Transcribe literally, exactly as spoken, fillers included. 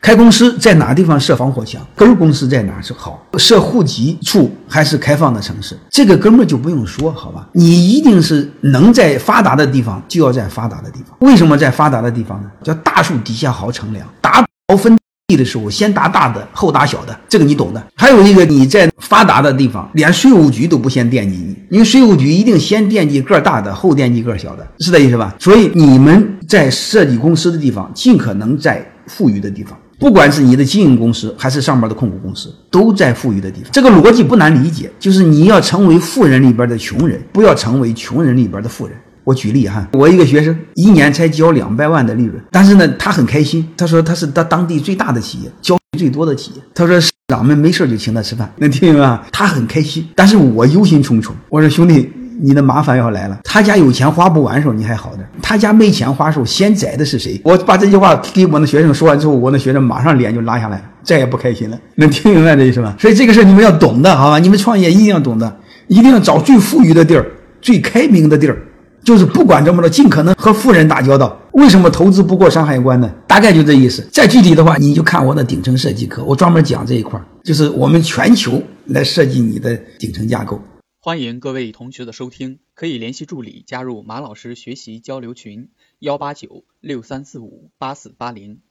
开公司在哪地方设防火墙，根儿公司在哪是好，设户籍处还是开放的城市，这个根本就不用说，好吧？你一定是能在发达的地方就要在发达的地方。为什么在发达的地方呢？叫大树底下好乘凉，打薄分地的时候先打大的后打小的，这个你懂的。还有一个，你在发达的地方连税务局都不先惦记你，因为税务局一定先惦记个大的后惦记个小的，是这意思吧？所以你们在设计公司的地方尽可能在富裕的地方，不管是你的经营公司还是上面的控股公司，都在富裕的地方。这个逻辑不难理解，就是你要成为富人里边的穷人，不要成为穷人里边的富人。我举例哈，我一个学生一年才交两百万的利润，但是呢他很开心，他说他是他当地最大的企业，交最多的企业，他说市长们没事就请他吃饭，能听明白吗？他很开心，但是我忧心忡忡，我说兄弟，你的麻烦要来了。他家有钱花不完的时候你还好点，他家没钱花的时候先宰的是谁？我把这句话给我那学生说完之后，我那学生马上脸就拉下来了，再也不开心了，能听明白这意思吗？所以这个事你们要懂的，好吧？你们创业一定要懂的，一定要找最富裕的地儿，最开明的地儿，就是不管这么多，尽可能和富人打交道。为什么投资不过山海关呢？大概就这意思。再具体的话，你就看我的顶层设计课，我专门讲这一块，就是我们全球来设计你的顶层架构。 欢迎各位同学的收听，可以联系助理加入马老师学习交流群幺八九六三四五八四八零。